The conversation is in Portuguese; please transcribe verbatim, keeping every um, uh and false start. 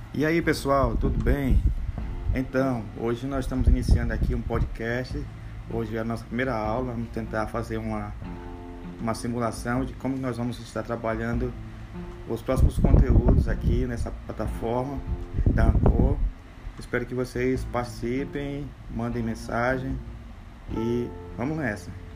E aí pessoal, tudo bem? Então, hoje nós estamos iniciando aqui um podcast. Hoje é a nossa primeira aula. Vamos tentar fazer uma, uma simulação de como nós vamos estar trabalhando os próximos conteúdos aqui nessa plataforma da Anchor. Espero que vocês participem, mandem mensagem e vamos nessa.